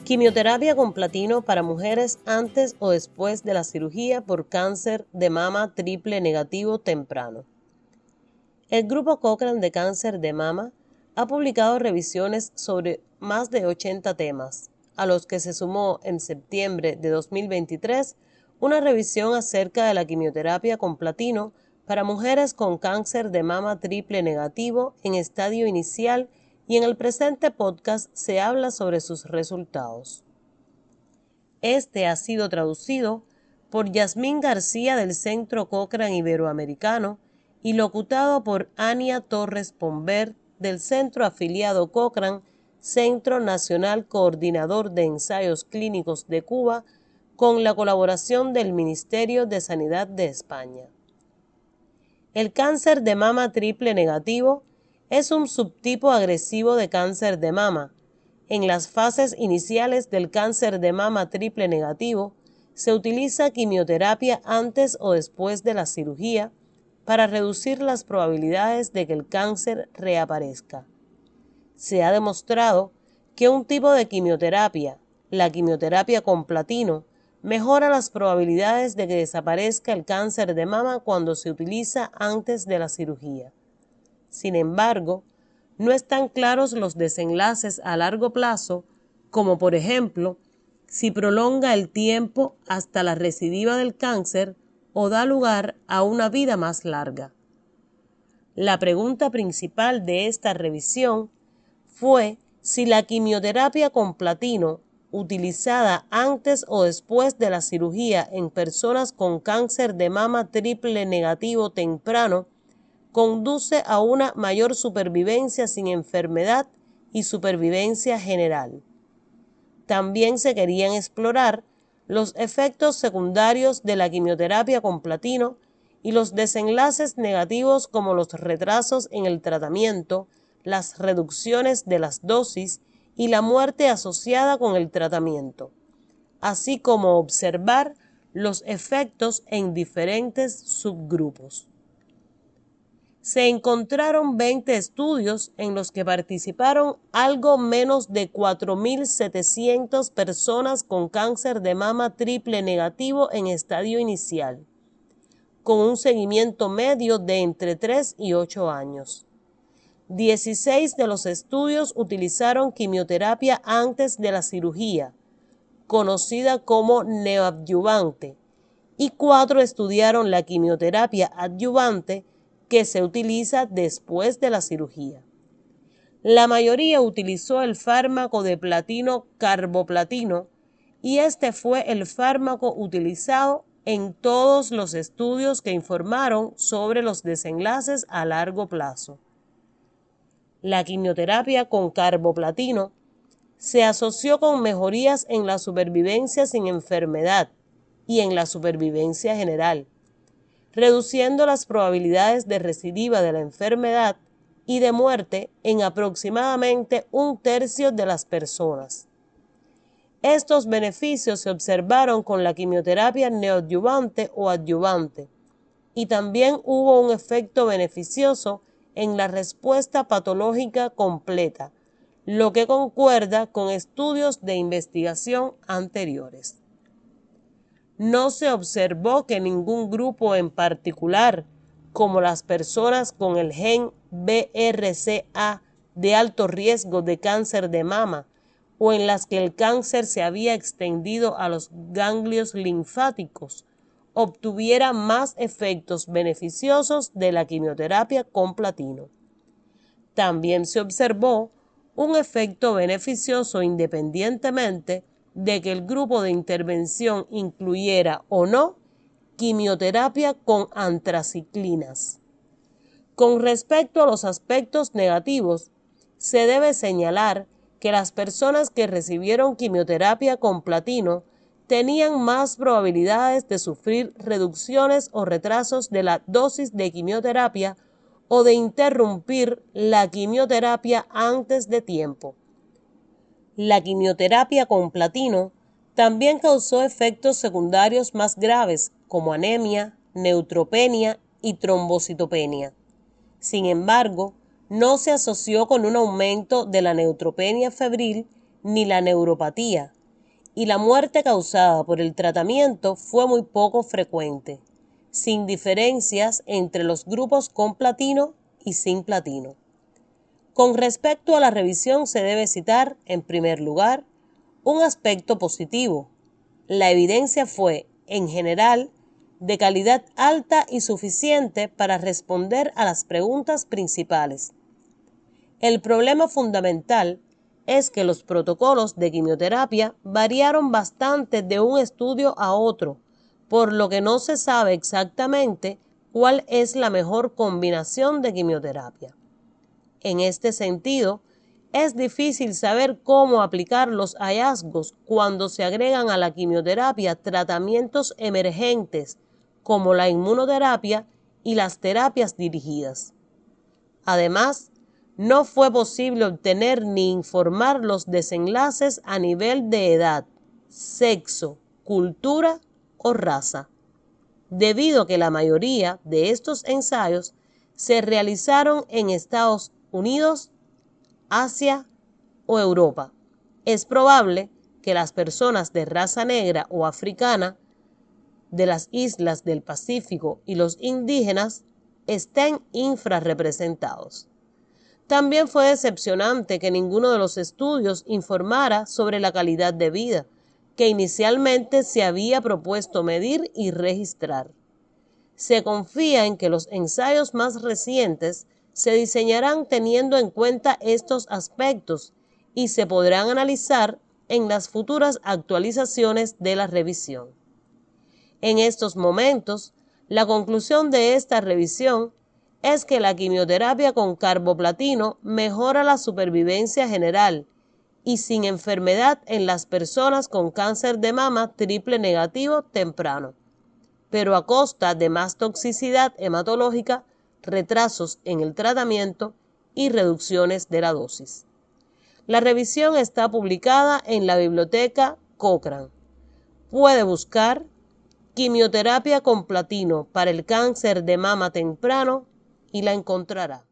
Quimioterapia con platino para mujeres antes o después de la cirugía por cáncer de mama triple negativo temprano. El Grupo Cochrane de Cáncer de Mama ha publicado revisiones sobre más de 80 temas, a los que se sumó en septiembre de 2023 una revisión acerca de la quimioterapia con platino para mujeres con cáncer de mama triple negativo en estadio inicial, y en el presente podcast se habla sobre sus resultados. Este ha sido traducido por Yasmín García del Centro Cochrane Iberoamericano y locutado por Ania Torres Pomber del Centro Afiliado Cochrane, Centro Nacional Coordinador de Ensayos Clínicos de Cuba, con la colaboración del Ministerio de Sanidad de España. El cáncer de mama triple negativo es un subtipo agresivo de cáncer de mama. En las fases iniciales del cáncer de mama triple negativo, se utiliza quimioterapia antes o después de la cirugía para reducir las probabilidades de que el cáncer reaparezca. Se ha demostrado que un tipo de quimioterapia, la quimioterapia con platino, mejora las probabilidades de que desaparezca el cáncer de mama cuando se utiliza antes de la cirugía. Sin embargo, no están claros los desenlaces a largo plazo, como por ejemplo, si prolonga el tiempo hasta la recidiva del cáncer o da lugar a una vida más larga. La pregunta principal de esta revisión fue si la quimioterapia con platino, utilizada antes o después de la cirugía en personas con cáncer de mama triple negativo temprano, conduce a una mayor supervivencia sin enfermedad y supervivencia general. También se querían explorar los efectos secundarios de la quimioterapia con platino y los desenlaces negativos como los retrasos en el tratamiento, las reducciones de las dosis y la muerte asociada con el tratamiento, así como observar los efectos en diferentes subgrupos. Se encontraron 20 estudios en los que participaron algo menos de 4.700 personas con cáncer de mama triple negativo en estadio inicial, con un seguimiento medio de entre 3 y 8 años. 16 de los estudios utilizaron quimioterapia antes de la cirugía, conocida como neoadyuvante, y 4 estudiaron la quimioterapia adyuvante, que se utiliza después de la cirugía. La mayoría utilizó el fármaco de platino carboplatino, y este fue el fármaco utilizado en todos los estudios que informaron sobre los desenlaces a largo plazo. La quimioterapia con carboplatino se asoció con mejorías en la supervivencia sin enfermedad y en la supervivencia general, reduciendo las probabilidades de recidiva de la enfermedad y de muerte en aproximadamente 1/3 de las personas. Estos beneficios se observaron con la quimioterapia neoadyuvante o adyuvante, y también hubo un efecto beneficioso en la respuesta patológica completa, lo que concuerda con estudios de investigación anteriores. No se observó que ningún grupo en particular, como las personas con el gen BRCA de alto riesgo de cáncer de mama, o en las que el cáncer se había extendido a los ganglios linfáticos, obtuviera más efectos beneficiosos de la quimioterapia con platino. También se observó un efecto beneficioso independientemente de que el grupo de intervención incluyera o no quimioterapia con antraciclinas. Con respecto a los aspectos negativos, se debe señalar que las personas que recibieron quimioterapia con platino tenían más probabilidades de sufrir reducciones o retrasos de la dosis de quimioterapia o de interrumpir la quimioterapia antes de tiempo. La quimioterapia con platino también causó efectos secundarios más graves como anemia, neutropenia y trombocitopenia. Sin embargo, no se asoció con un aumento de la neutropenia febril ni la neuropatía, y la muerte causada por el tratamiento fue muy poco frecuente, sin diferencias entre los grupos con platino y sin platino. Con respecto a la revisión se debe citar, en primer lugar, un aspecto positivo. La evidencia fue, en general, de calidad alta y suficiente para responder a las preguntas principales. El problema fundamental es que los protocolos de quimioterapia variaron bastante de un estudio a otro, por lo que no se sabe exactamente cuál es la mejor combinación de quimioterapia. En este sentido, es difícil saber cómo aplicar los hallazgos cuando se agregan a la quimioterapia tratamientos emergentes como la inmunoterapia y las terapias dirigidas. Además, no fue posible obtener ni informar los desenlaces a nivel de edad, sexo, cultura o raza, debido a que la mayoría de estos ensayos se realizaron en Estados Unidos, Asia o Europa. Es probable que las personas de raza negra o africana de las islas del Pacífico y los indígenas estén infrarrepresentados. También fue decepcionante que ninguno de los estudios informara sobre la calidad de vida que inicialmente se había propuesto medir y registrar. Se confía en que los ensayos más recientes se diseñarán teniendo en cuenta estos aspectos y se podrán analizar en las futuras actualizaciones de la revisión. En estos momentos, la conclusión de esta revisión es que la quimioterapia con carboplatino mejora la supervivencia general y sin enfermedad en las personas con cáncer de mama triple negativo temprano, pero a costa de más toxicidad hematológica, retrasos en el tratamiento y reducciones de la dosis. La revisión está publicada en la biblioteca Cochrane. Puede buscar quimioterapia con platino para el cáncer de mama temprano y la encontrará.